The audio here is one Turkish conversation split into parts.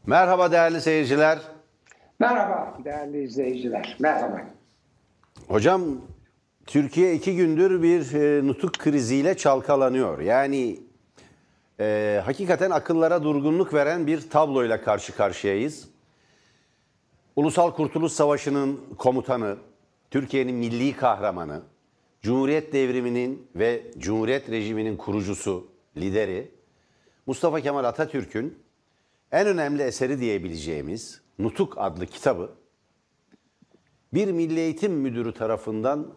Merhaba değerli seyirciler. Merhaba değerli izleyiciler. Merhaba. Hocam, Türkiye 2 gündür bir nutuk kriziyle çalkalanıyor. Yani hakikaten akıllara durgunluk veren bir tabloyla karşı karşıyayız. Ulusal Kurtuluş Savaşı'nın komutanı, Türkiye'nin milli kahramanı, Cumhuriyet devriminin ve Cumhuriyet rejiminin kurucusu, lideri Mustafa Kemal Atatürk'ün en önemli eseri diyebileceğimiz Nutuk adlı kitabı bir Milli Eğitim Müdürü tarafından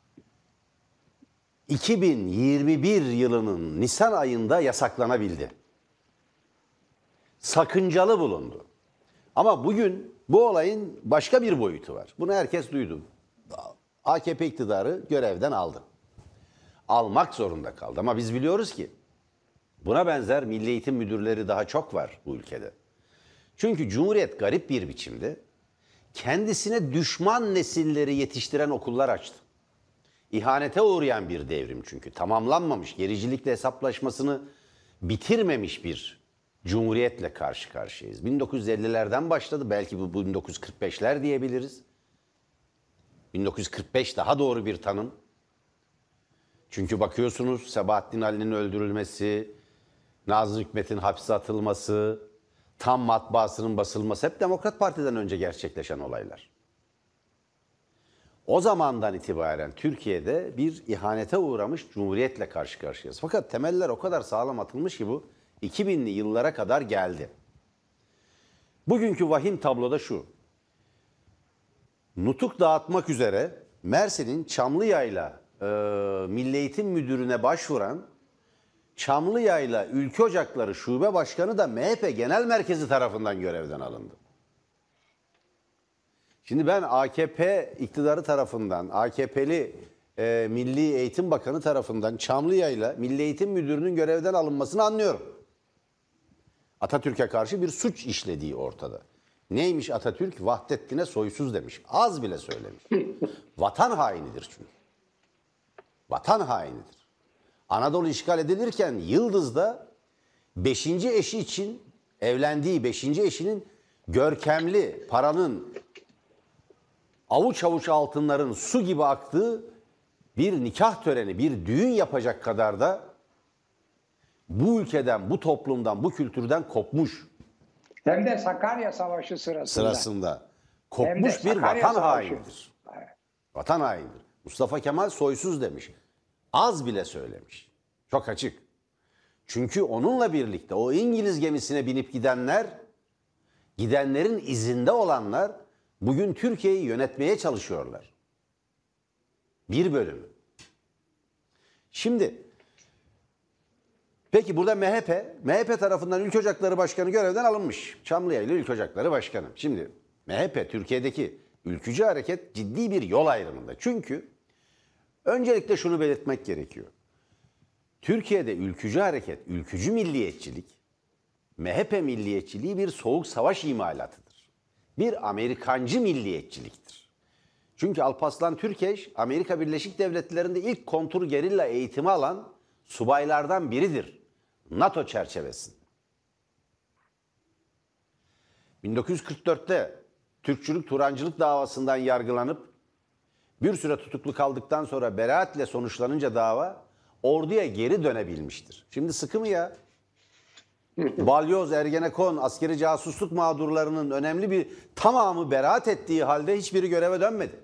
2021 yılının Nisan ayında yasaklanabildi. Sakıncalı bulundu. Ama bugün bu olayın başka bir boyutu var. Bunu herkes duydu. AKP iktidarı görevden aldı. Almak zorunda kaldı. Ama biz biliyoruz ki buna benzer milli eğitim müdürleri daha çok var bu ülkede. Çünkü Cumhuriyet garip bir biçimde kendisine düşman nesilleri yetiştiren okullar açtı. İhanete uğrayan bir devrim çünkü. Tamamlanmamış, gericilikle hesaplaşmasını bitirmemiş bir cumhuriyetle karşı karşıyayız. 1950'lerden başladı, belki bu 1945'ler diyebiliriz. 1945 daha doğru bir tanım. Çünkü bakıyorsunuz Sabahattin Ali'nin öldürülmesi, Nazım Hikmet'in hapse atılması, tam matbaasının basılması hep Demokrat Parti'den önce gerçekleşen olaylar. O zamandan itibaren Türkiye'de bir ihanete uğramış cumhuriyetle karşı karşıyayız. Fakat temeller o kadar sağlam atılmış ki bu 2000'li yıllara kadar geldi. Bugünkü vahim tabloda şu. Nutuk dağıtmak üzere Mersin'in Çamlıyayla Milli Eğitim Müdürü'ne başvuran Çamlıyayla Ülke Ocakları Şube Başkanı da MHP Genel Merkezi tarafından görevden alındı. Şimdi ben AKP iktidarı tarafından, AKP'li Milli Eğitim Bakanı tarafından Çamlıyayla Milli Eğitim Müdürü'nün görevden alınmasını anlıyorum. Atatürk'e karşı bir suç işlediği ortada. Neymiş Atatürk? Vahdettin'e soysuz demiş. Az bile söylemiş. Vatan hainidir çünkü. Vatan hainidir. Anadolu işgal edilirken Yıldız'da 5. eşi için evlendiği 5. eşinin görkemli paranın avuç avuç altınların su gibi aktığı bir nikah töreni, bir düğün yapacak kadar da bu ülkeden, bu toplumdan, bu kültürden kopmuş. Hem de Sakarya Savaşı Sırasında kopmuş bir vatan hainidir. Evet. Vatan hainidir. Mustafa Kemal soysuz demiş. Az bile söylemiş. Çok açık. Çünkü onunla birlikte o İngiliz gemisine binip gidenler, gidenlerin izinde olanlar bugün Türkiye'yi yönetmeye çalışıyorlar. Bir bölümü. Şimdi peki burada MHP tarafından Ülke Ocakları Başkanı görevden alınmış. Çamlıyaylı Ülke Ocakları Başkanı. Şimdi MHP Türkiye'deki ülkücü hareket ciddi bir yol ayrımında. Çünkü öncelikle şunu belirtmek gerekiyor. Türkiye'de ülkücü hareket, ülkücü milliyetçilik, MHP milliyetçiliği bir soğuk savaş imalatıdır. Bir Amerikancı milliyetçiliktir. Çünkü Alparslan Türkeş, Amerika Birleşik Devletleri'nde ilk kontur gerilla eğitimi alan subaylardan biridir. NATO çerçevesinde. 1944'te Türkçülük, Turancılık davasından yargılanıp bir süre tutuklu kaldıktan sonra beraatle sonuçlanınca dava orduya geri dönebilmiştir. Şimdi sıkı mı ya? Balyoz, Ergenekon, askeri casusluk mağdurlarının önemli bir tamamı beraat ettiği halde hiçbiri göreve dönmedi.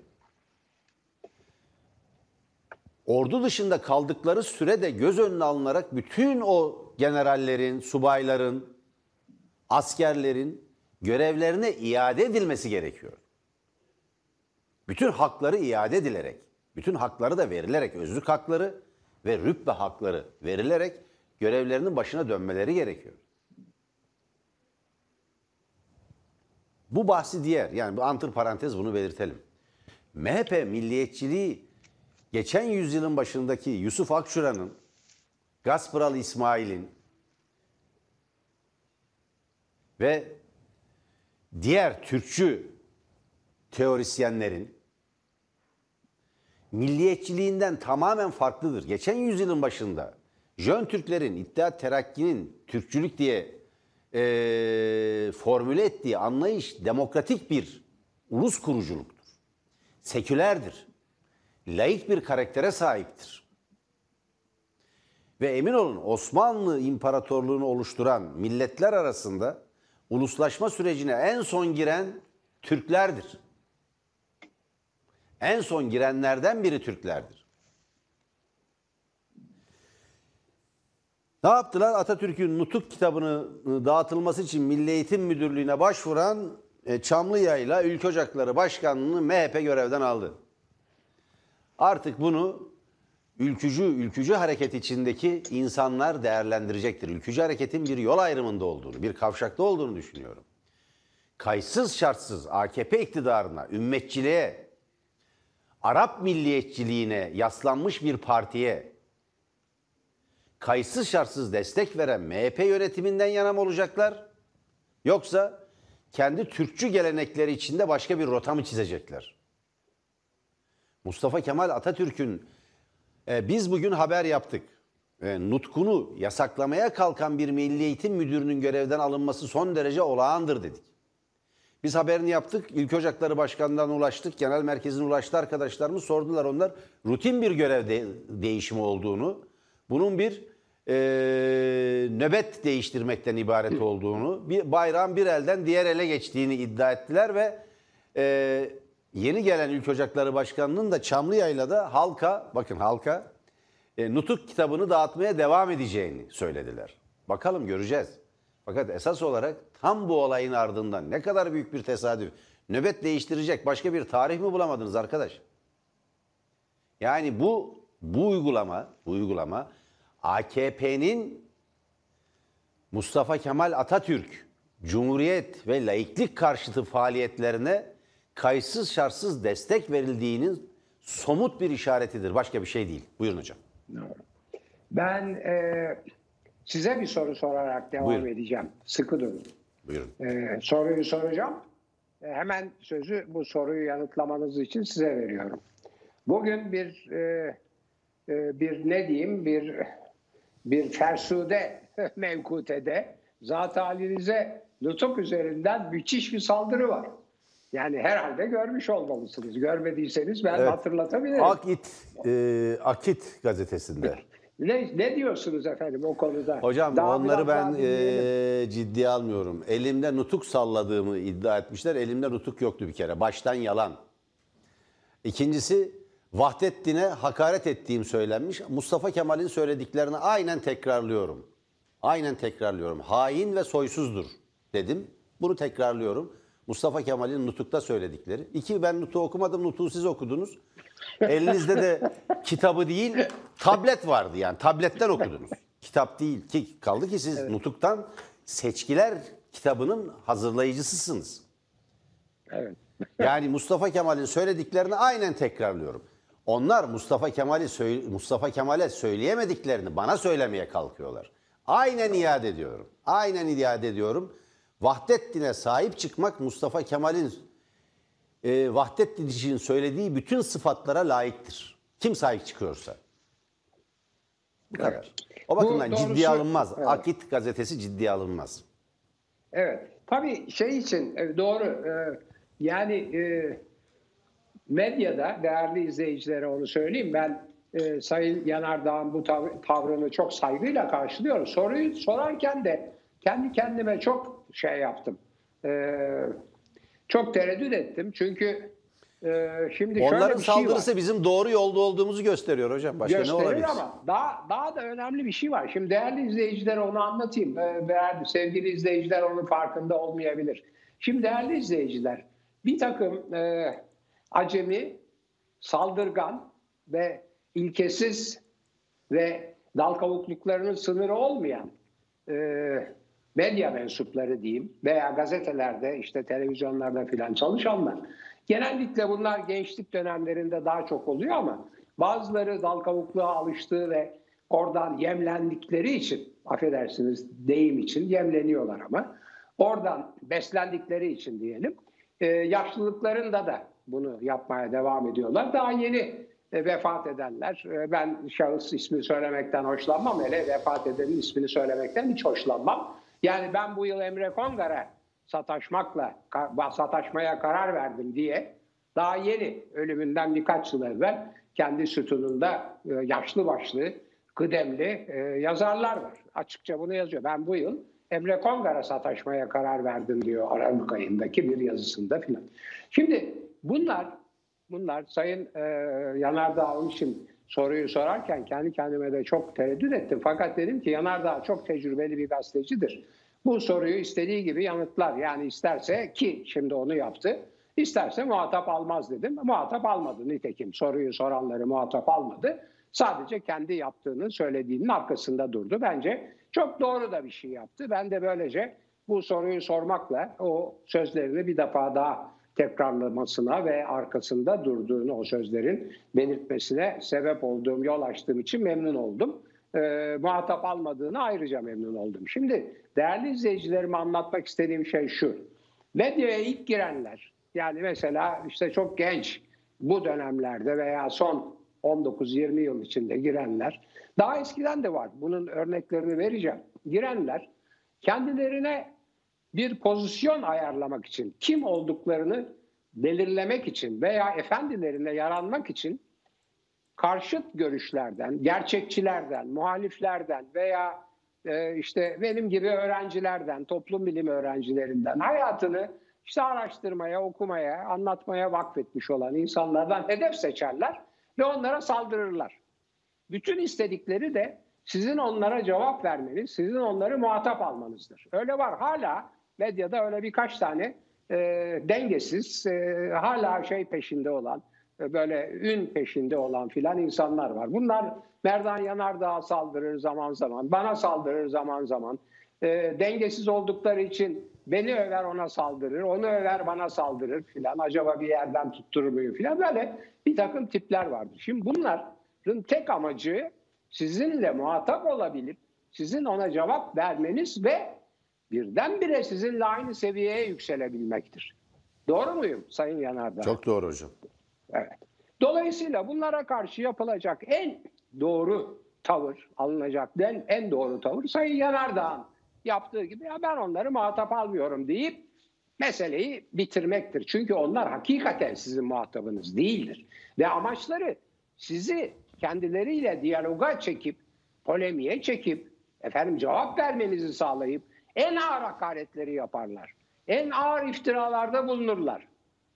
Ordu dışında kaldıkları sürede göz önüne alınarak bütün o generallerin, subayların, askerlerin görevlerine iade edilmesi gerekiyor. Bütün hakları iade edilerek, bütün hakları da verilerek, özlük hakları ve rütbe hakları verilerek görevlerinin başına dönmeleri gerekiyor. Bu bahsi diğer, yani bu antiparantez bunu belirtelim. MHP milliyetçiliği geçen yüzyılın başındaki Yusuf Akçura'nın, Gaspıralı İsmail'in ve diğer Türkçü teorisyenlerin milliyetçiliğinden tamamen farklıdır. Geçen yüzyılın başında Jön Türklerin, İttihat Terakki'nin Türkçülük diye formüle ettiği anlayış demokratik bir ulus kuruculuktur. Sekülerdir. Laik bir karaktere sahiptir. Ve emin olun Osmanlı İmparatorluğu'nu oluşturan milletler arasında uluslaşma sürecine en son giren Türklerdir. En son girenlerden biri Türklerdir. Ne yaptılar? Atatürk'ün Nutuk kitabını dağıtılması için Milli Eğitim Müdürlüğü'ne başvuran Çamlıyayla Ülke Ocakları Başkanlığı'nı MHP görevden aldı. Artık bunu ülkücü hareket içindeki insanlar değerlendirecektir. Ülkücü hareketin bir yol ayrımında olduğunu, bir kavşakta olduğunu düşünüyorum. Kayıtsız şartsız AKP iktidarına, ümmetçiliğe, Arap milliyetçiliğine yaslanmış bir partiye kayıtsız şartsız destek veren MHP yönetiminden yana mı olacaklar? Yoksa kendi Türkçü gelenekleri içinde başka bir rota mı çizecekler? Mustafa Kemal Atatürk'ün biz bugün haber yaptık. Nutkunu yasaklamaya kalkan bir Milli Eğitim Müdürü'nün görevden alınması son derece olağandır dedik. Biz haberini yaptık. İlk Ocakları Başkanı'ndan ulaştık. Genel merkezine ulaştı arkadaşlarımız. Sordular onlar. Rutin bir görev değişimi olduğunu, bunun bir nöbet değiştirmekten ibaret olduğunu, bir bayrağın bir elden diğer ele geçtiğini iddia ettiler ve yeni gelen İlk Ocakları Başkanı'nın da Çamlıyayla'da halka Nutuk kitabını dağıtmaya devam edeceğini söylediler. Bakalım göreceğiz. Fakat esas olarak tam bu olayın ardından ne kadar büyük bir tesadüf. Nöbet değiştirecek başka bir tarih mi bulamadınız arkadaş? Yani bu uygulama AKP'nin Mustafa Kemal Atatürk, Cumhuriyet ve laiklik karşıtı faaliyetlerine kayıtsız şartsız destek verildiğinin somut bir işaretidir. Başka bir şey değil. Buyurun hocam. Ben size bir soru sorarak devam edeceğim. Sıkı durun. Buyurun. Soruyu soracağım. Hemen sözü bu soruyu yanıtlamanız için size veriyorum. Bugün bir fersude mevkutede zat halinize Nutuk üzerinden müthiş bir saldırı var. Yani herhalde görmüş olmalısınız. Görmediyseniz ben hatırlatabilirim. Akit gazetesinde. Ne diyorsunuz efendim o konuda? Hocam Daha onları biraz ben daha dinleyelim. ciddiye almıyorum. Elimde nutuk salladığımı iddia etmişler. Elimde nutuk yoktu bir kere. Baştan yalan. İkincisi Vahdettin'e hakaret ettiğim söylenmiş. Mustafa Kemal'in söylediklerini aynen tekrarlıyorum. Aynen tekrarlıyorum. Hain ve soysuzdur dedim. Bunu tekrarlıyorum. Mustafa Kemal'in Nutuk'ta söyledikleri. İki, ben Nutuk'u okumadım. Nutuk'u siz okudunuz. Elinizde de kitabı değil, tablet vardı yani. Tabletten okudunuz. Kitap değil ki kaldı ki siz Nutuk'tan Seçkiler kitabının hazırlayıcısısınız. Evet. Yani Mustafa Kemal'in söylediklerini aynen tekrarlıyorum. Onlar Mustafa Kemal'e söyleyemediklerini bana söylemeye kalkıyorlar. Aynen iade ediyorum. Aynen iade ediyorum. Vahdettin'e sahip çıkmak Mustafa Kemal'in Vahdettin için söylediği bütün sıfatlara layıktır. Kim sahip çıkıyorsa. Bu kadar. Evet. O bakımdan Bu doğrusu- ciddiye alınmaz. Evet. Akit gazetesi ciddiye alınmaz. Evet. Tabii şey için doğru. Yani medyada değerli izleyicilere onu söyleyeyim. Ben Sayın Yanardağ'ın bu tavrını çok saygıyla karşılıyorum. Soruyu sorarken de kendi kendime çok şey yaptım. Çok tereddüt ettim. Çünkü şimdi şöyle Onların bir şey var. saldırısı bizim doğru yolda olduğumuzu gösteriyor hocam. Başka ne Gösterir olabilir? ama daha da önemli bir şey var. Şimdi değerli izleyicilere onu anlatayım. Sevgili izleyiciler onun farkında olmayabilir. Şimdi değerli izleyiciler, bir takım acemi, saldırgan ve ilkesiz ve dal kavukluklarının sınırı olmayan medya mensupları diyeyim veya gazetelerde işte televizyonlarda filan çalışanlar. Genellikle bunlar gençlik dönemlerinde daha çok oluyor ama bazıları dal kavukluğa alıştığı ve oradan yemlendikleri için, affedersiniz deyim için yemleniyorlar ama oradan beslendikleri için diyelim yaşlılıklarında da bunu yapmaya devam ediyorlar. Daha yeni vefat edenler, ben şahıs ismi söylemekten hoşlanmam, hele vefat edenin ismini söylemekten hiç hoşlanmam. Yani ben bu yıl Emre Kongar'a sataşmaya karar verdim diye daha yeni ölümünden birkaç yıl evvel kendi sütununda yaşlı başlı, kıdemli yazarlar var. Açıkça bunu yazıyor. Ben bu yıl Emre Kongar'a sataşmaya karar verdim diyor Aralık ayındaki bir yazısında filan. Şimdi bunlar Sayın Yanardağ için soruyu sorarken kendi kendime de çok tereddüt ettim. Fakat dedim ki Yanardağ çok tecrübeli bir gazetecidir. Bu soruyu istediği gibi yanıtlar. Yani isterse, ki şimdi onu yaptı, isterse muhatap almaz dedim. Muhatap almadı nitekim. Soruyu soranları muhatap almadı. Sadece kendi yaptığını söylediğinin arkasında durdu. Bence çok doğru da bir şey yaptı. Ben de böylece bu soruyu sormakla o sözlerini bir defa daha tekrarlamasına ve arkasında durduğunu, o sözlerin belirtmesine sebep olduğum, yol açtığım için memnun oldum. Muhatap almadığını ayrıca memnun oldum. Şimdi değerli izleyicilerime anlatmak istediğim şey şu. Medyaya ilk girenler, yani mesela işte çok genç bu dönemlerde veya son 19-20 yıl içinde girenler, daha eskiden de var, bunun örneklerini vereceğim. Girenler kendilerine bir pozisyon ayarlamak için, kim olduklarını belirlemek için veya efendilerine yaranmak için karşıt görüşlerden, gerçekçilerden, muhaliflerden veya işte benim gibi öğrencilerden, toplum bilimi öğrencilerinden hayatını işte araştırmaya, okumaya, anlatmaya vakfetmiş olan insanlardan hedef seçerler ve onlara saldırırlar. Bütün istedikleri de sizin onlara cevap vermeniz, sizin onları muhatap almanızdır. Öyle var, hala medyada öyle birkaç tane dengesiz, hala şey peşinde olan, böyle ün peşinde olan filan insanlar var. Bunlar Merdan Yanardağ'a saldırır zaman zaman, bana saldırır zaman zaman. Dengesiz oldukları için beni över ona saldırır, onu över bana saldırır filan. Acaba bir yerden tutturur muyum filan, böyle bir takım tipler vardır. Şimdi bunların tek amacı sizinle muhatap olabilip sizin ona cevap vermeniz ve birdenbire sizinle aynı seviyeye yükselebilmektir. Doğru muyum Sayın Yanardağ? Çok doğru hocam. Evet. Dolayısıyla bunlara karşı yapılacak en doğru tavır, alınacak en doğru tavır Sayın Yanardağ'ın yaptığı gibi, ya ben onları muhatap almıyorum deyip meseleyi bitirmektir. Çünkü onlar hakikaten sizin muhatabınız değildir. Ve amaçları sizi kendileriyle diyaloga çekip, polemiğe çekip, cevap vermenizi sağlayıp en ağır hakaretleri yaparlar. En ağır iftiralarda bulunurlar.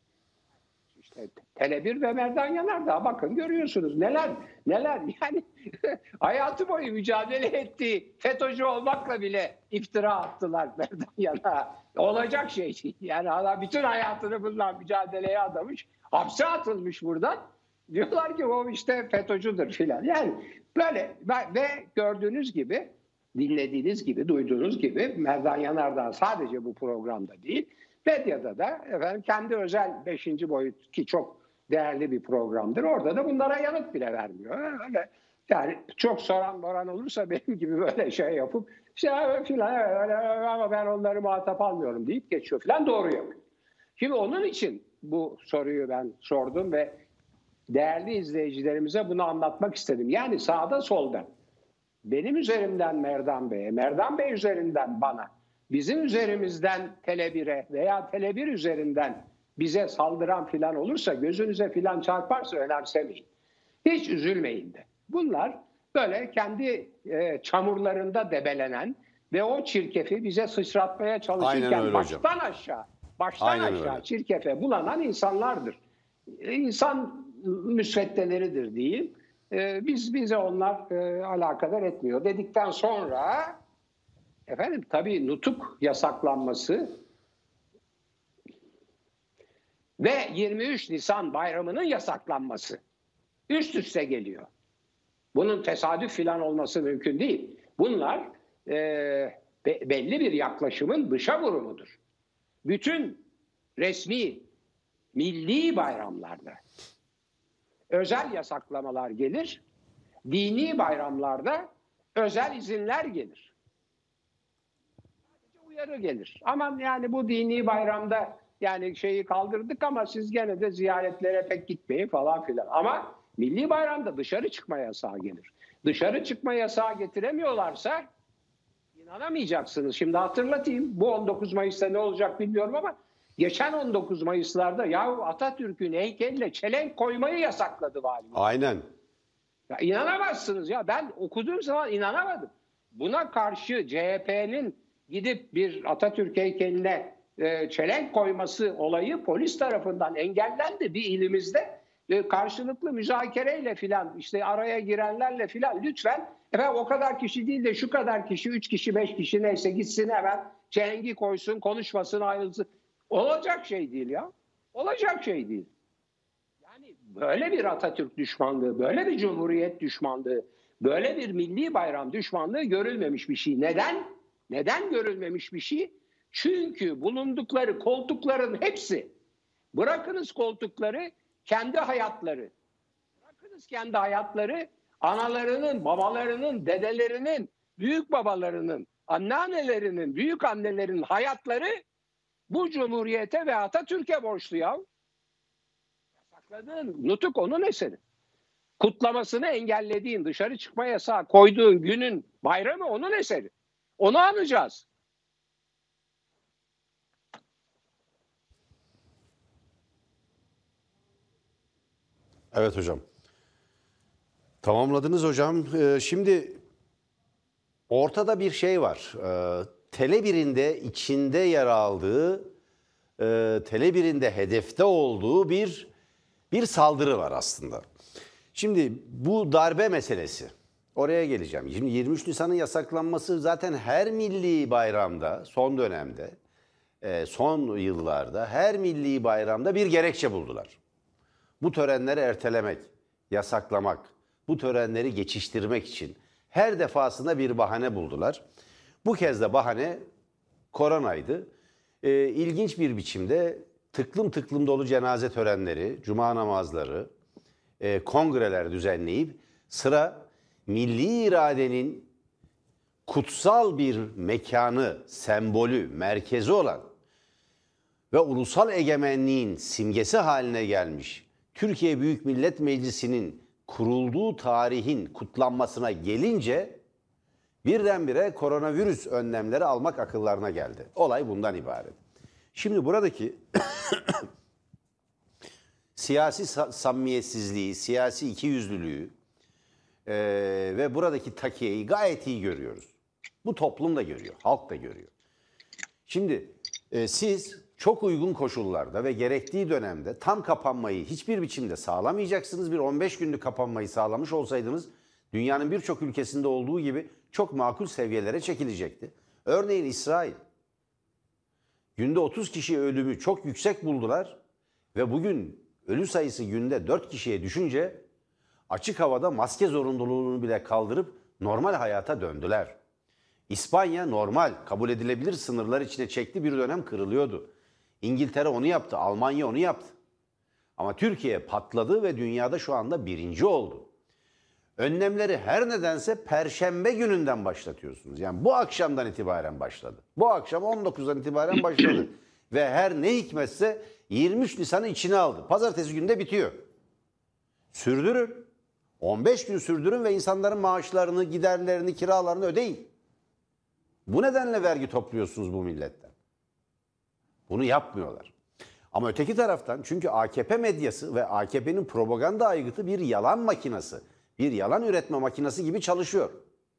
İşte Tele1 ve Merdan Yanardağ, bakın görüyorsunuz neler yani hayatı boyu mücadele ettiği FETÖ'cü olmakla bile iftira attılar Merdan Yanardağ. Olacak şey değil. Yani adam bütün hayatını bununla mücadeleye adamış, hapse atılmış buradan. Diyorlar ki o işte FETÖ'cüdür filan. Yani böyle ve gördüğünüz gibi, dinlediğiniz gibi, duyduğunuz gibi Merdan Yanardağ sadece bu programda değil, medyada da kendi özel 5. boyut, ki çok değerli bir programdır, orada da bunlara yanıt bile vermiyor. Öyle, yani çok soran olursa benim gibi böyle şey yapıp işte filan ama ben onları muhatap almıyorum deyip geçiyor filan, doğru yapıyor. Şimdi onun için bu soruyu ben sordum ve değerli izleyicilerimize bunu anlatmak istedim. Yani sağda solda benim üzerimden Merdan Bey'e, Merdan Bey üzerinden bana, bizim üzerimizden Tele1'e veya Tele1 üzerinden bize saldıran filan olursa, gözünüze filan çarparsa önemsemeyin. Hiç üzülmeyin de. Bunlar böyle kendi çamurlarında debelenen ve o çirkefi bize sıçratmaya çalışırken baştan aşağı çirkefe bulanan insanlardır. İnsan müsveddeleridir diyeyim. Bize onlar alakadar etmiyor dedikten sonra tabii nutuk yasaklanması ve 23 Nisan bayramının yasaklanması üst üste geliyor. Bunun tesadüf filan olması mümkün değil. Bunlar belli bir yaklaşımın dışa vurumudur. Bütün resmi milli bayramlarda özel yasaklamalar gelir, dini bayramlarda özel izinler gelir. Sadece uyarı gelir. Aman yani bu dini bayramda yani şeyi kaldırdık ama siz gene de ziyaretlere pek gitmeyin falan filan. Ama milli bayramda dışarı çıkma yasağı gelir. Dışarı çıkma yasağı getiremiyorlarsa İnanamayacaksınız. Şimdi hatırlatayım. Bu 19 Mayıs'ta ne olacak bilmiyorum ama geçen 19 Mayıs'larda ya Atatürk'ün heykeline çelenk koymayı yasakladı valimiz. Aynen. Ya inanamazsınız ya. Ben okuduğum zaman inanamadım. Buna karşı CHP'nin gidip bir Atatürk heykeline çelenk koyması olayı polis tarafından engellendi bir ilimizde. Karşılıklı müzakereyle filan işte araya girenlerle filan lütfen efendim o kadar kişi değil de şu kadar kişi 3 kişi 5 kişi neyse gitsin hemen çelengi koysun konuşmasın ayrılsın. Olacak şey değil ya. Olacak şey değil. Yani böyle bir Atatürk düşmanlığı, böyle bir Cumhuriyet düşmanlığı, böyle bir milli bayram düşmanlığı görülmemiş bir şey. Neden? Neden görülmemiş bir şey? Çünkü bulundukları koltukların hepsi, bırakınız koltukları, kendi hayatları. Bırakınız kendi hayatları, analarının, babalarının, dedelerinin, büyük babalarının, anneannelerinin, büyük annelerin hayatları bu Cumhuriyete ve Atatürk'e borçlu ya. Yasakladığın nutuk onun eseri. Kutlamasını engellediğin, dışarı çıkma yasağı koyduğun günün bayramı onun eseri. Onu anacağız. Evet hocam. Tamamladınız hocam. Şimdi ortada bir şey var. Tele1'in de içinde yer aldığı, Tele1'in de hedefte olduğu bir saldırı var aslında. Şimdi bu darbe meselesi. Oraya geleceğim. Şimdi 23 Nisan'ın yasaklanması zaten her milli bayramda, son dönemde, son yıllarda her milli bayramda bir gerekçe buldular. Bu törenleri ertelemek, yasaklamak, bu törenleri geçiştirmek için her defasında bir bahane buldular. Bu kez de bahane koronaydı. İlginç bir biçimde tıklım tıklım dolu cenaze törenleri, cuma namazları, kongreler düzenleyip sıra milli iradenin kutsal bir mekanı, sembolü, merkezi olan ve ulusal egemenliğin simgesi haline gelmiş Türkiye Büyük Millet Meclisi'nin kurulduğu tarihin kutlanmasına gelince birdenbire koronavirüs önlemleri almak akıllarına geldi. Olay bundan ibaret. Şimdi buradaki siyasi samimiyetsizliği, siyasi ikiyüzlülüğü ve buradaki takiyeyi gayet iyi görüyoruz. Bu toplum da görüyor, halk da görüyor. Şimdi siz çok uygun koşullarda ve gerektiği dönemde tam kapanmayı hiçbir biçimde sağlamayacaksınız. Bir 15 günlük kapanmayı sağlamış olsaydınız dünyanın birçok ülkesinde olduğu gibi çok makul seviyelere çekilecekti. Örneğin İsrail. Günde 30 kişi ölümü çok yüksek buldular ve bugün ölü sayısı günde 4 kişiye düşünce açık havada maske zorunluluğunu bile kaldırıp normal hayata döndüler. İspanya normal, kabul edilebilir sınırlar içine çekti, bir dönem kırılıyordu. İngiltere onu yaptı, Almanya onu yaptı. Ama Türkiye patladı ve dünyada şu anda birinci oldu. Önlemleri her nedense Perşembe gününden başlatıyorsunuz. Yani bu akşamdan itibaren başladı. Bu akşam 19'dan itibaren başladı. Ve her ne hikmetse 23 Nisan'ı içine aldı. Pazartesi günde bitiyor. Sürdürün. 15 gün sürdürün ve insanların maaşlarını, giderlerini, kiralarını ödeyin. Bu nedenle vergi topluyorsunuz bu milletten. Bunu yapmıyorlar. Ama öteki taraftan çünkü AKP medyası ve AKP'nin propaganda aygıtı bir yalan makinası, bir yalan üretme makinesi gibi çalışıyor.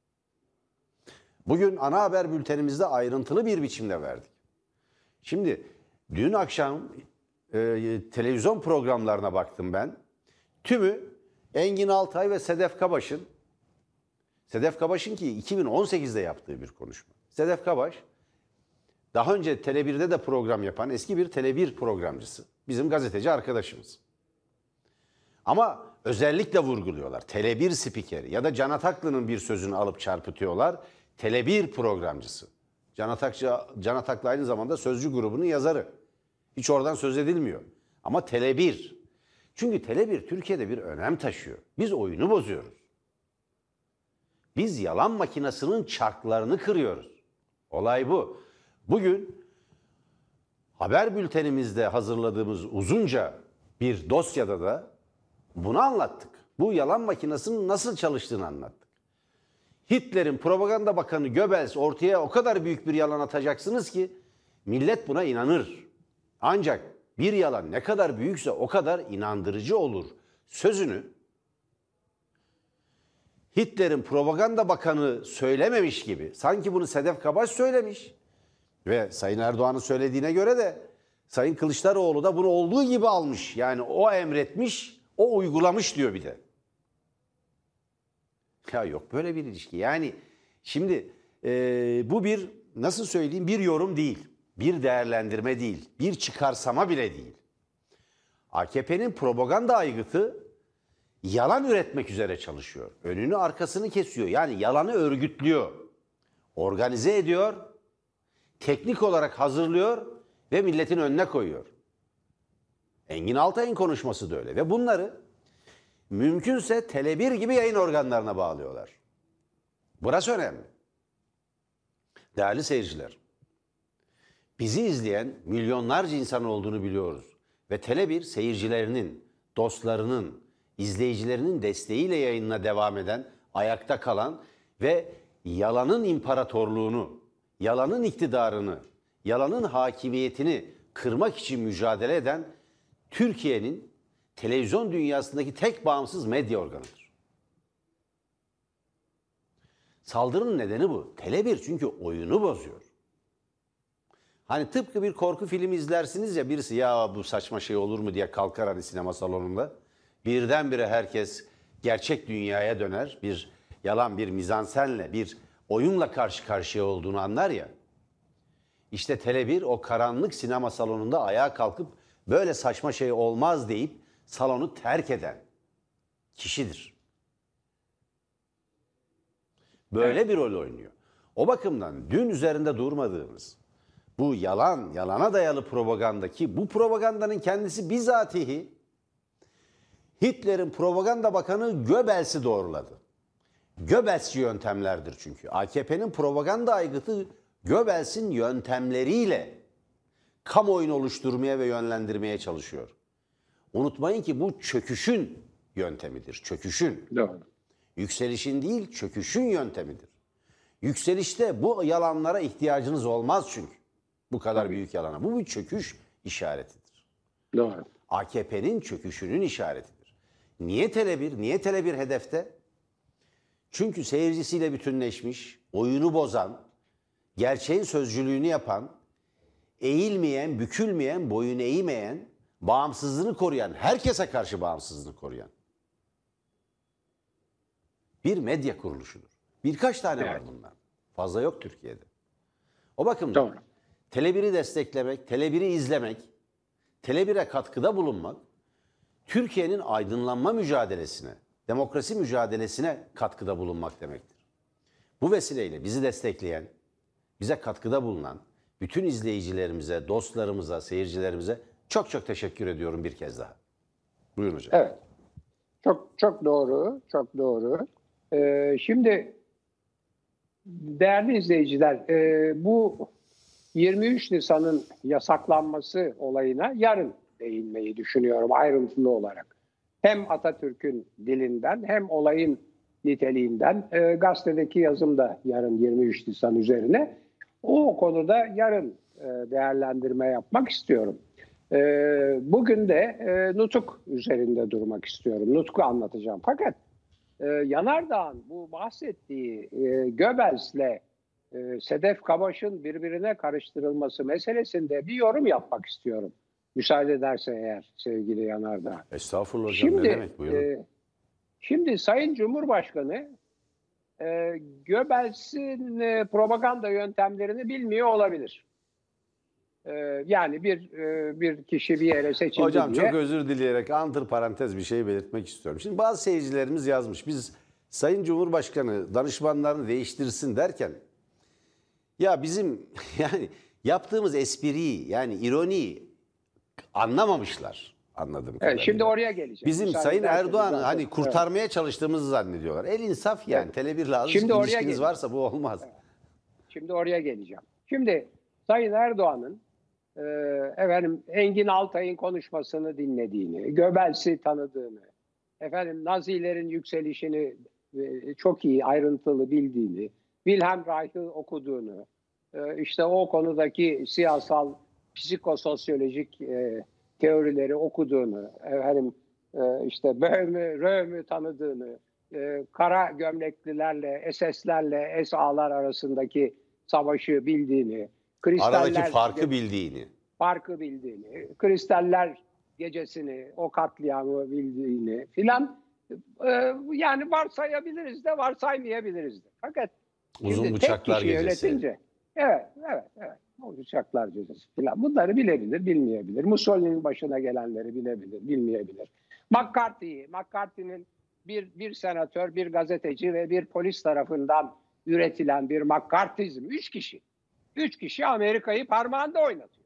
Bugün ana haber bültenimizde ayrıntılı bir biçimde verdik. Şimdi dün akşam televizyon programlarına baktım ben. Tümü Engin Altay ve Sedef Kabaş'ın ki 2018'de yaptığı bir konuşma. Sedef Kabaş daha önce Tele1'de de program yapan eski bir Tele1 programcısı. Bizim gazeteci arkadaşımız. Ama özellikle vurguluyorlar. Tele1 spikeri ya da Can Ataklı'nın bir sözünü alıp çarpıtıyorlar. Tele1 programcısı. Can Ataklı aynı zamanda Sözcü grubunun yazarı. Hiç oradan söz edilmiyor. Ama Tele1. Çünkü Tele1 Türkiye'de bir önem taşıyor. Biz oyunu bozuyoruz. Biz yalan makinasının çarklarını kırıyoruz. Olay bu. Bugün haber bültenimizde hazırladığımız uzunca bir dosyada da bunu anlattık. Bu yalan makinasının nasıl çalıştığını anlattık. Hitler'in propaganda bakanı Goebbels ortaya o kadar büyük bir yalan atacaksınız ki millet buna inanır. Ancak bir yalan ne kadar büyükse o kadar inandırıcı olur sözünü Hitler'in propaganda bakanı söylememiş gibi, sanki bunu Sedef Kabaş söylemiş ve Sayın Erdoğan'ın söylediğine göre de Sayın Kılıçdaroğlu da bunu olduğu gibi almış. Yani o emretmiş, o uygulamış diyor bir de. Ya yok böyle bir ilişki. Yani şimdi bu bir, nasıl söyleyeyim, bir yorum değil, bir değerlendirme değil, bir çıkarsama bile değil. AKP'nin propaganda aygıtı yalan üretmek üzere çalışıyor. Önünü arkasını kesiyor. Yani yalanı örgütlüyor. Organize ediyor. Teknik olarak hazırlıyor ve milletin önüne koyuyor. Engin Altay'ın konuşması da öyle. Ve bunları mümkünse Tele1 gibi yayın organlarına bağlıyorlar. Burası önemli. Değerli seyirciler, bizi izleyen milyonlarca insan olduğunu biliyoruz. Ve Tele1 seyircilerinin, dostlarının, izleyicilerinin desteğiyle yayınına devam eden, ayakta kalan ve yalanın imparatorluğunu, yalanın iktidarını, yalanın hakimiyetini kırmak için mücadele eden Türkiye'nin televizyon dünyasındaki tek bağımsız medya organıdır. Saldırının nedeni bu. Tele1 çünkü oyunu bozuyor. Hani tıpkı bir korku filmi izlersiniz ya, birisi ya bu saçma şey olur mu diye kalkar hani sinema salonunda. Birdenbire herkes gerçek dünyaya döner. Bir yalan, bir mizansenle, bir oyunla karşı karşıya olduğunu anlar ya. İşte Tele1 o karanlık sinema salonunda ayağa kalkıp böyle saçma şey olmaz deyip salonu terk eden kişidir. Böyle bir rol oynuyor. O bakımdan dün üzerinde durmadığımız bu yalan, yalana dayalı propaganda, ki bu propagandanın kendisi bizatihi Hitler'in propaganda bakanı Goebbels'i doğruladı. Goebbels'ci yöntemlerdir çünkü. AKP'nin propaganda aygıtı Goebbels'in yöntemleriyle kamuoyunu oluşturmaya ve yönlendirmeye çalışıyor. Unutmayın ki bu çöküşün yöntemidir. Çöküşün. Doğru. Yükselişin değil, çöküşün yöntemidir. Yükselişte bu yalanlara ihtiyacınız olmaz çünkü. Bu kadar büyük yalana. Bu bir çöküş işaretidir. Doğru. AKP'nin çöküşünün işaretidir. Niye Tele1? Niye Tele1 hedefte? Çünkü seyircisiyle bütünleşmiş, oyunu bozan, gerçeğin sözcülüğünü yapan, eğilmeyen, bükülmeyen, boyun eğmeyen, bağımsızlığını koruyan, herkese karşı bağımsızlığını koruyan bir medya kuruluşudur. Birkaç tane var bunlar. Fazla yok Türkiye'de. O bakımdan Doğru. Tele1'i desteklemek, Tele1'i izlemek, Tele1'e katkıda bulunmak, Türkiye'nin aydınlanma mücadelesine, demokrasi mücadelesine katkıda bulunmak demektir. Bu vesileyle bizi destekleyen, bize katkıda bulunan bütün izleyicilerimize, dostlarımıza, seyircilerimize çok çok teşekkür ediyorum bir kez daha. Buyurun hocam. Evet. Çok doğru. Çok doğru. Şimdi değerli izleyiciler, bu 23 Nisan'ın yasaklanması olayına yarın değinmeyi düşünüyorum ayrıntılı olarak. Hem Atatürk'ün dilinden hem olayın niteliğinden, gazetedeki yazım da yarın 23 Nisan üzerine. O konuda yarın değerlendirme yapmak istiyorum. Bugün de nutuk üzerinde durmak istiyorum. Nutku anlatacağım. Fakat Yanardağ'ın bu bahsettiği Goebbels'le Sedef Kabaş'ın birbirine karıştırılması meselesinde bir yorum yapmak istiyorum. Müsaade ederse eğer sevgili Yanardağ. Estağfurullah hocam, ne demek, buyurun. Şimdi Sayın Cumhurbaşkanı Goebbels'in propaganda yöntemlerini bilmiyor olabilir. Yani bir kişi bir yere seçildi Hocam diye. çok özür dileyerek antiparantez bir şey belirtmek istiyorum. Şimdi bazı seyircilerimiz yazmış. Biz Sayın Cumhurbaşkanı danışmanlarını değiştirsin derken ya bizim yani yaptığımız espriyi, yani ironiyi anlamamışlar anladığım kadarıyla. Şimdi oraya geleceğim. Bizim Müsaade Sayın ederseniz Erdoğan'ı zaten. hani kurtarmaya çalıştığımızı zannediyorlar. El insaf yani. Tele1'le azıcık Şimdi oraya ilişkiniz gelin. varsa bu olmaz. Şimdi oraya geleceğim. Şimdi Sayın Erdoğan'ın efendim Engin Altay'ın konuşmasını dinlediğini, Goebbels'i tanıdığını, efendim Nazilerin yükselişini çok iyi ayrıntılı bildiğini, Wilhelm Reich'i okuduğunu, işte o konudaki siyasal, psikososyolojik teorileri okuduğunu, efendim, işte Böhm'ü, Röhm'ü tanıdığını, kara gömleklilerle, SS'lerle, SA'lar arasındaki savaşı bildiğini, Aradaki farkı bildiğini. farkı bildiğini, Kristaller Gecesi'ni, o katliamı bildiğini filan, yani varsayabiliriz de varsaymayabiliriz de. Fakat Uzun şimdi Bıçaklar tek kişi Gecesi. yönetince, evet. O bıçaklar gecesi filan. Bunları bilebilir, bilmeyebilir. Mussolini'nin başına gelenleri bilebilir, bilmeyebilir. McCarthy'nin bir senatör, bir gazeteci ve bir polis tarafından üretilen bir McCarthyizm. Üç kişi Amerika'yı parmağında oynatıyor.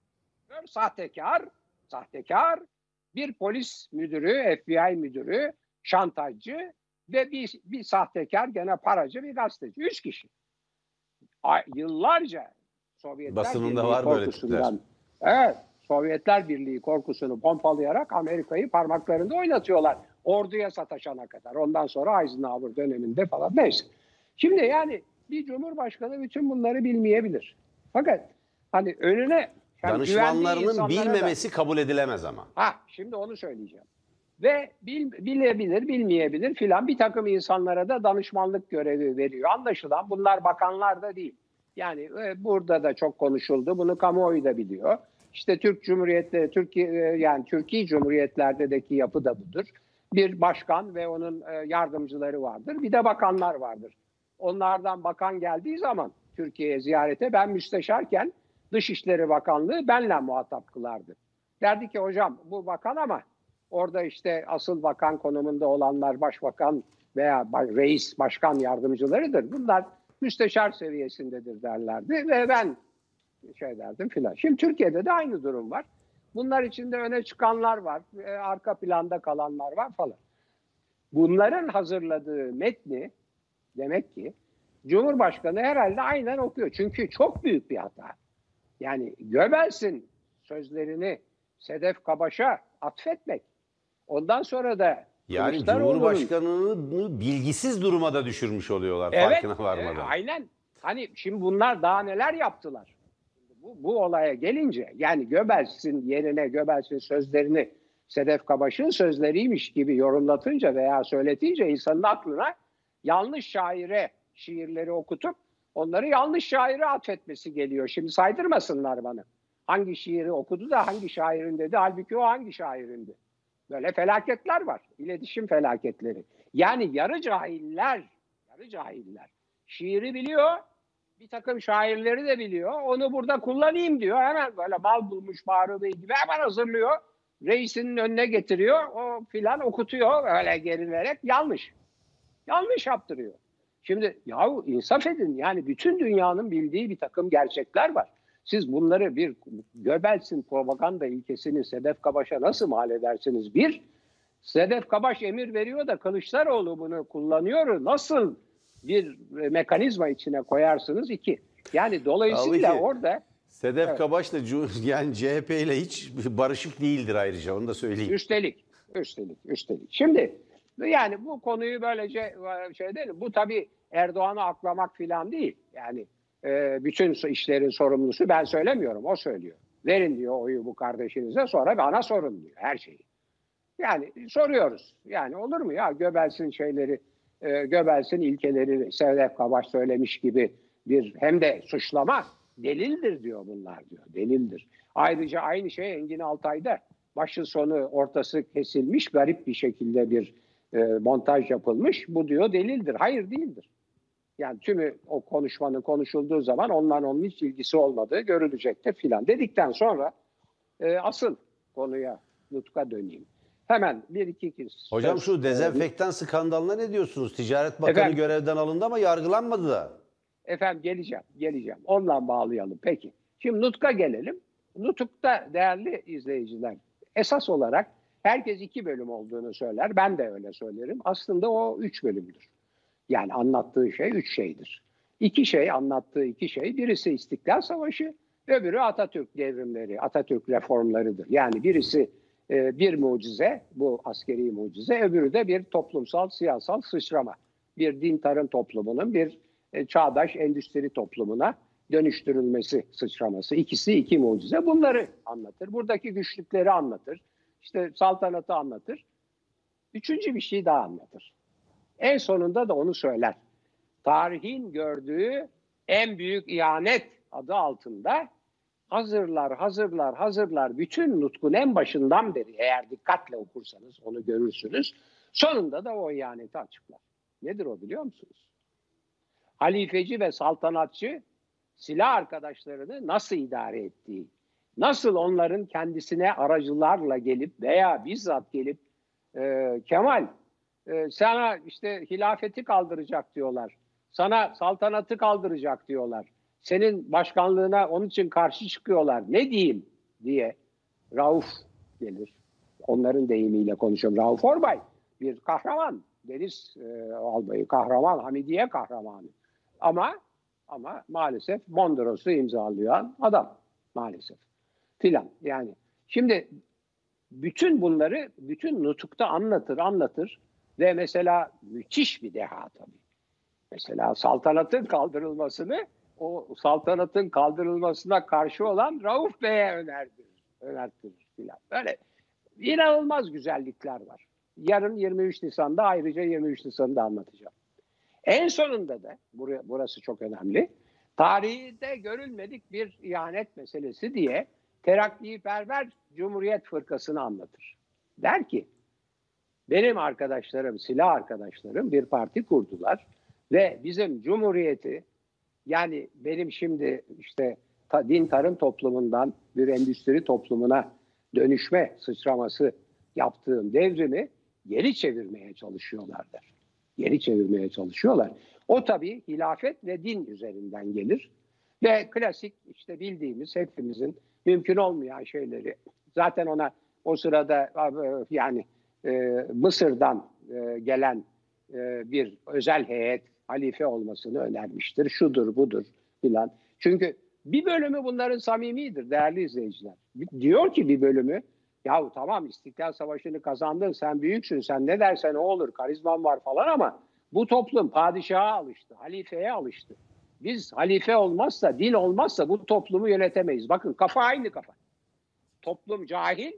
Sahtekar, bir polis müdürü, FBI müdürü, şantajcı ve bir sahtekar, gene paracı bir gazeteci. 3 kişi. Yıllarca Sovyetler Basınında Birliği var böyle korkusundan, evet, Sovyetler Birliği korkusunu pompalayarak Amerika'yı parmaklarında oynatıyorlar. Orduya sataşana kadar. Ondan sonra Eisenhower döneminde falan. Neyse. Şimdi yani bir cumhurbaşkanı bütün bunları bilmeyebilir. Fakat hani önüne Danışmanlarının bilmemesi kabul edilemez ama. Şimdi onu söyleyeceğim. Ve bilebilir, bilmeyebilir filan, bir takım insanlara da danışmanlık görevi veriyor. Anlaşılan bunlar bakanlar da değil. Yani burada da çok konuşuldu. Bunu kamuoyu da biliyor. İşte Türk Cumhuriyetleri, Türkiye Cumhuriyetlerdeki yapı da budur. Bir başkan ve onun yardımcıları vardır. Bir de bakanlar vardır. Onlardan bakan geldiği zaman Türkiye'ye ziyarete, ben müsteşarken Dışişleri Bakanlığı benle muhatap kılardı. Derdi ki hocam bu bakan ama orada işte asıl bakan konumunda olanlar başbakan veya reis, başkan yardımcılarıdır. Bunlar müsteşar seviyesindedir derlerdi ve ben derdim filan. Şimdi Türkiye'de de aynı durum var. Bunlar içinde öne çıkanlar var, arka planda kalanlar var falan. Bunların hazırladığı metni demek ki Cumhurbaşkanı herhalde aynen okuyor. Çünkü çok büyük bir hata. Yani Göbels'in sözlerini Sedef Kabaş'a atfetmek. Ondan sonra da yani Cumhurbaşkanı'nı bilgisiz duruma da düşürmüş oluyorlar, farkına varmadan. Aynen. Hani şimdi bunlar daha neler yaptılar? Bu olaya gelince, yani Göbels'in yerine Göbels'in sözlerini Sedef Kabaş'ın sözleriymiş gibi yorumlatınca veya söyletince insanın aklına yanlış şaire şiirleri okutup onları yanlış şaire atfetmesi geliyor. Şimdi saydırmasınlar bana. Hangi şiiri okudu da hangi şairin dedi. Halbuki o hangi şairindi? Böyle felaketler var. İletişim felaketleri. Yani yarı cahiller şiiri biliyor. Bir takım şairleri de biliyor. Onu burada kullanayım diyor. Hemen böyle mal bulmuş mağrubi gibi hemen hazırlıyor. Reisinin önüne getiriyor. O filan okutuyor öyle gerilerek. Yanlış yaptırıyor. Şimdi yahu insaf edin. Yani bütün dünyanın bildiği bir takım gerçekler var. Siz bunları bir Göbels'in propaganda ilkesini Sedef Kabaş'a nasıl mal edersiniz? Bir, Sedef Kabaş emir veriyor da Kılıçdaroğlu bunu kullanıyor. Nasıl bir mekanizma içine koyarsınız? İki. Yani dolayısıyla orada Sedef Kabaş da yani CHP ile hiç barışık değildir ayrıca, onu da söyleyeyim. Üstelik. Şimdi yani bu konuyu böylece değil. Bu tabii Erdoğan'ı aklamak falan değil. Yani bütün işlerin sorumlusu ben söylemiyorum, o söylüyor. Verin diyor oyu bu kardeşinize, sonra bana sorun diyor her şeyi. Yani soruyoruz. Yani olur mu ya Göbels'in Göbels'in ilkeleri Sedef Kabaş söylemiş gibi bir hem de suçlama, delildir diyor bunlar diyor. Delildir. Ayrıca aynı şey Engin Altay'da başı sonu ortası kesilmiş garip bir şekilde bir montaj yapılmış. Bu diyor delildir. Hayır, değildir. Yani tümü o konuşmanın konuşulduğu zaman onun hiç ilgisi olmadığı görülecektir filan dedikten sonra asıl konuya, Nutk'a döneyim. Hemen bir iki kez. Hocam şu dezenfektan skandalına ne diyorsunuz? Ticaret Bakanı görevden alındı ama yargılanmadı da. Efendim geleceğim. Onunla bağlayalım. Peki. Şimdi Nutk'a gelelim. Nutk'ta değerli izleyiciler, esas olarak herkes 2 bölüm olduğunu söyler. Ben de öyle söylerim. Aslında o 3 bölümdür. Yani anlattığı şey 3 şeydir. Anlattığı iki şey. Birisi İstiklal Savaşı, öbürü Atatürk devrimleri, Atatürk reformlarıdır. Yani birisi bir mucize, bu askeri mucize, öbürü de bir toplumsal, siyasal sıçrama. bir din tarım toplumunun bir çağdaş endüstri toplumuna dönüştürülmesi, sıçraması. İkisi iki mucize. Bunları anlatır. Buradaki güçlükleri anlatır. İşte saltanatı anlatır. Üçüncü bir şey daha anlatır. En sonunda da onu söyler. Tarihin gördüğü en büyük ihanet adı altında hazırlar. Bütün nutkun en başından beri eğer dikkatle okursanız onu görürsünüz. Sonunda da o ihaneti açıklar. Nedir o biliyor musunuz? Halifeci ve saltanatçı silah arkadaşlarını nasıl idare ettiği, nasıl onların kendisine aracılarla gelip veya bizzat gelip Kemal sana işte hilafeti kaldıracak diyorlar. Sana saltanatı kaldıracak diyorlar. Senin başkanlığına onun için karşı çıkıyorlar. Ne diyeyim diye Rauf gelir. Onların deyimiyle konuşuyorum. Rauf Orbay bir kahraman. Deniz albayı kahraman, Hamidiye kahramanı. Ama maalesef Mondros'u imzalayan adam maalesef filan. Yani şimdi bütün bunları bütün nutukta anlatır ve mesela müthiş bir deha tabii. Mesela saltanatın kaldırılmasını o saltanatın kaldırılmasına karşı olan Rauf Bey'e önertirir filan. Böyle inanılmaz güzellikler var. Yarın 23 Nisan'da ayrıca 23 Nisan'da anlatacağım. En sonunda da burası çok önemli. Tarihte görülmedik bir ihanet meselesi diye Terakkiperver Cumhuriyet Fırkası'nı anlatır. Der ki benim arkadaşlarım, silah arkadaşlarım bir parti kurdular ve bizim Cumhuriyeti yani benim şimdi işte din tarım toplumundan bir endüstri toplumuna dönüşme sıçraması yaptığım devrimi geri çevirmeye çalışıyorlardır. Geri çevirmeye çalışıyorlar. O tabii hilafet ve din üzerinden gelir. Ve klasik işte bildiğimiz hepimizin mümkün olmayan şeyleri zaten ona o sırada yani Mısır'dan gelen bir özel heyet halife olmasını önermiştir. Şudur budur filan. Çünkü bir bölümü bunların samimidir değerli izleyiciler. Diyor ki bir bölümü yahu tamam İstiklal Savaşı'nı kazandın sen büyüksün sen ne dersen o olur karizman var falan ama bu toplum padişaha alıştı, halifeye alıştı. Biz halife olmazsa, din olmazsa bu toplumu yönetemeyiz. Bakın kafa aynı kafa. Toplum cahil.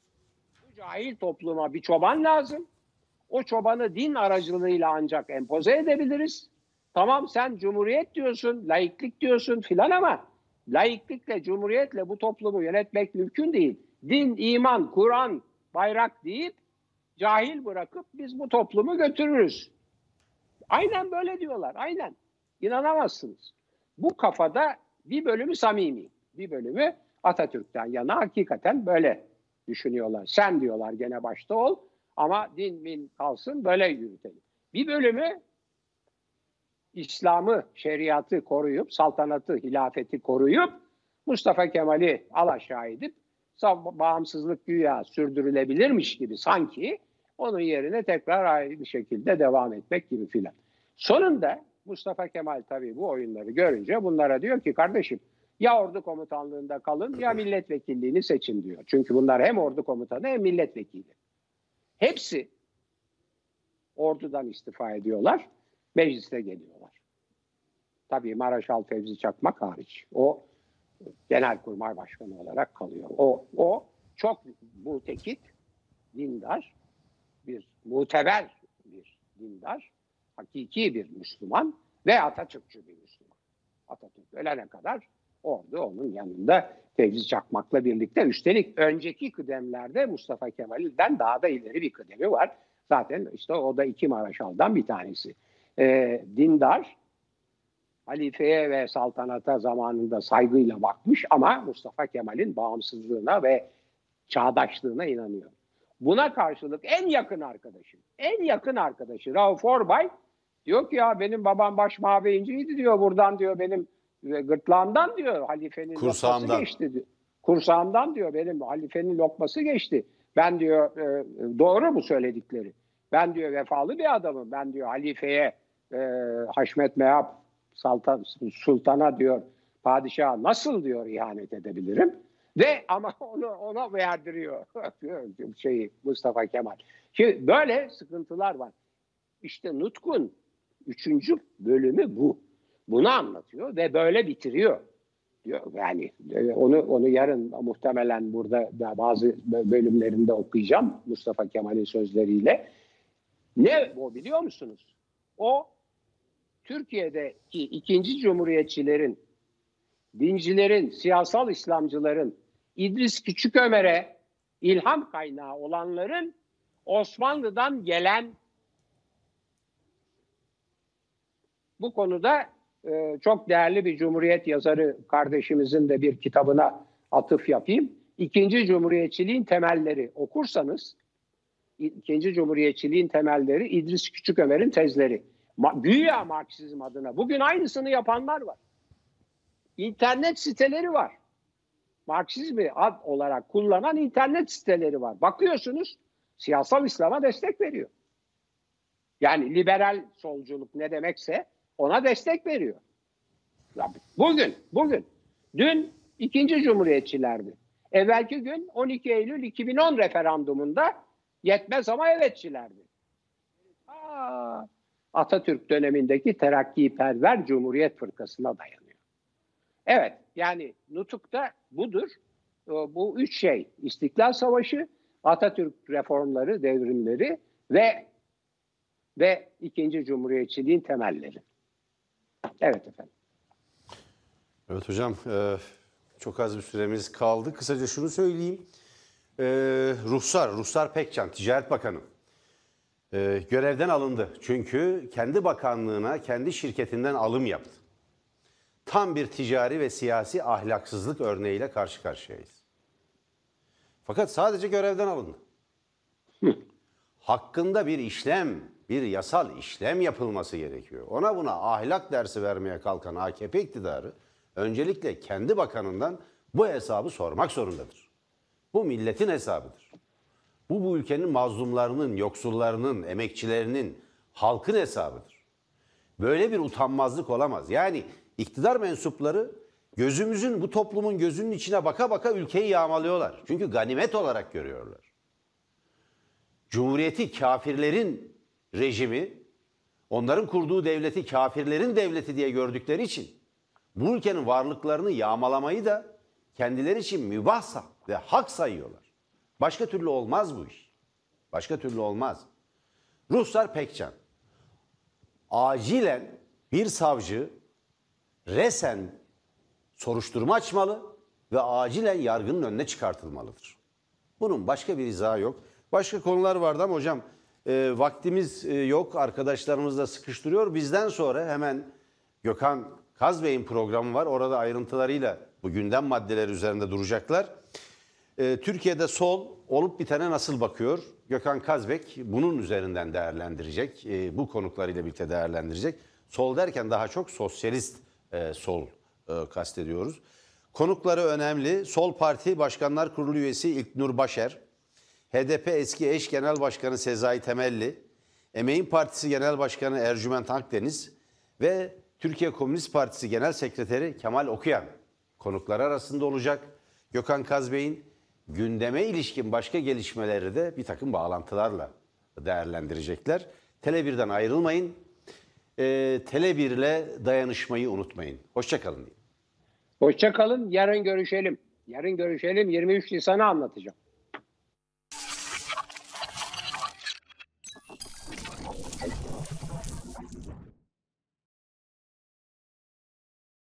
Bu cahil topluma bir çoban lazım. O çobanı din aracılığıyla ancak empoze edebiliriz. Tamam sen cumhuriyet diyorsun, laiklik diyorsun filan ama laiklikle, cumhuriyetle bu toplumu yönetmek mümkün değil. Din, iman, Kur'an, bayrak deyip cahil bırakıp biz bu toplumu götürürüz. Aynen böyle diyorlar, aynen. İnanamazsınız. Bu kafada bir bölümü samimi, bir bölümü Atatürk'ten yana hakikaten böyle düşünüyorlar. Sen diyorlar gene başta ol ama din min kalsın böyle yürütelim. Bir bölümü İslam'ı, şeriatı koruyup, saltanatı, hilafeti koruyup Mustafa Kemal'i alaşağı edip bağımsızlık güya sürdürülebilirmiş gibi sanki onun yerine tekrar aynı şekilde devam etmek gibi filan. Sonunda Mustafa Kemal tabii bu oyunları görünce bunlara diyor ki kardeşim ya ordu komutanlığında kalın ya milletvekilliğini seçin diyor. Çünkü bunlar hem ordu komutanı hem milletvekili. Hepsi ordudan istifa ediyorlar, meclise geliyorlar. Tabii Maraşal Fevzi Çakmak hariç. O Genelkurmay Başkanı olarak kalıyor. O çok mutekit, dindar, bir muteber bir dindar, hakiki bir Müslüman ve Atatürkçü bir Müslüman. Atatürk ölene kadar ordu onun yanında Fevzi Çakmak'la birlikte. Üstelik önceki kıdemlerde Mustafa Kemal'den daha da ileri bir kıdemi var. Zaten işte o da iki Maraşal'dan bir tanesi. Dindar, halifeye ve saltanata zamanında saygıyla bakmış ama Mustafa Kemal'in bağımsızlığına ve çağdaşlığına inanıyor. Buna karşılık en yakın arkadaşı Rauf Orbay diyor ki ya benim babam başmabeyinciydi diyor buradan diyor benim gırtlağımdan diyor halifenin lokması geçti diyor. Kursağımdan diyor benim halifenin lokması geçti. Ben diyor doğru mu söyledikleri? Ben diyor vefalı bir adamım. Ben diyor halifeye Haşmet Meab Sultan'a diyor padişaha nasıl diyor ihanet edebilirim? Ve ama ona verdiriyor Mustafa Kemal. Şimdi böyle sıkıntılar var. İşte nutkun Üçüncü bölümü bu. Bunu anlatıyor ve böyle bitiriyor. Yani onu yarın muhtemelen burada bazı bölümlerinde okuyacağım Mustafa Kemal'in sözleriyle. Ne o biliyor musunuz? O Türkiye'deki ikinci cumhuriyetçilerin, dincilerin, siyasal İslamcıların, İdris Küçükömer'e ilham kaynağı olanların Osmanlı'dan gelen bu konuda çok değerli bir Cumhuriyet yazarı kardeşimizin de bir kitabına atıf yapayım. İkinci Cumhuriyetçiliğin temelleri okursanız, İkinci Cumhuriyetçiliğin temelleri İdris Küçükömer'in tezleri. Güya Marksizm adına. Bugün aynısını yapanlar var. İnternet siteleri var. Marksizmi ad olarak kullanan internet siteleri var. Bakıyorsunuz siyasal İslam'a destek veriyor. Yani liberal solculuk ne demekse ona destek veriyor. Bugün, dün ikinci cumhuriyetçilerdi. Evvelki gün 12 Eylül 2010 referandumunda yetmez ama evetçilerdi. Atatürk dönemindeki terakkiperver Cumhuriyet Fırkası'na dayanıyor. Evet, yani nutukta budur. Bu üç şey: İstiklal Savaşı, Atatürk reformları, devrimleri ve ikinci cumhuriyetçiliğin temelleri. Evet efendim. Evet hocam, çok az bir süremiz kaldı. Kısaca şunu söyleyeyim. Ruhsar Pekcan, Ticaret Bakanı görevden alındı. Çünkü kendi bakanlığına, kendi şirketinden alım yaptı. Tam bir ticari ve siyasi ahlaksızlık örneğiyle karşı karşıyayız. Fakat sadece görevden alındı. Hakkında bir yasal işlem yapılması gerekiyor. Ona buna ahlak dersi vermeye kalkan AKP iktidarı öncelikle kendi bakanından bu hesabı sormak zorundadır. Bu milletin hesabıdır. Bu ülkenin mazlumlarının, yoksullarının, emekçilerinin, halkın hesabıdır. Böyle bir utanmazlık olamaz. Yani iktidar mensupları bu toplumun gözünün içine baka baka ülkeyi yağmalıyorlar. Çünkü ganimet olarak görüyorlar. Cumhuriyeti kafirlerin rejimi, onların kurduğu devleti kafirlerin devleti diye gördükleri için bu ülkenin varlıklarını yağmalamayı da kendileri için mübah ve hak sayıyorlar. Başka türlü olmaz bu iş. Başka türlü olmaz. Ruhsar Pekcan, acilen bir savcı resen soruşturma açmalı ve acilen yargının önüne çıkartılmalıdır. Bunun başka bir izahı yok. Başka konular vardı ama hocam vaktimiz yok. Arkadaşlarımız da sıkıştırıyor. Bizden sonra hemen Gökhan Kazbey'in programı var. Orada ayrıntılarıyla bu gündem maddeleri üzerinde duracaklar. Türkiye'de sol olup bitene nasıl bakıyor? Gökhan Kazbek bunun üzerinden değerlendirecek. Bu konuklarıyla birlikte değerlendirecek. Sol derken daha çok sosyalist sol kastediyoruz. Konukları önemli. Sol Parti Başkanlar Kurulu üyesi İlknur Başer, HDP eski eş genel başkanı Sezai Temelli, Emeğin Partisi Genel Başkanı Ercüment Akdeniz ve Türkiye Komünist Partisi Genel Sekreteri Kemal Okuyan konuklar arasında olacak. Gökhan Kazbey'in gündeme ilişkin başka gelişmeleri de bir takım bağlantılarla değerlendirecekler. Tele1'den ayrılmayın. Tele1'le dayanışmayı unutmayın. Hoşça kalın. Hoşça kalın. Yarın görüşelim. 23 Nisan'ı anlatacağım.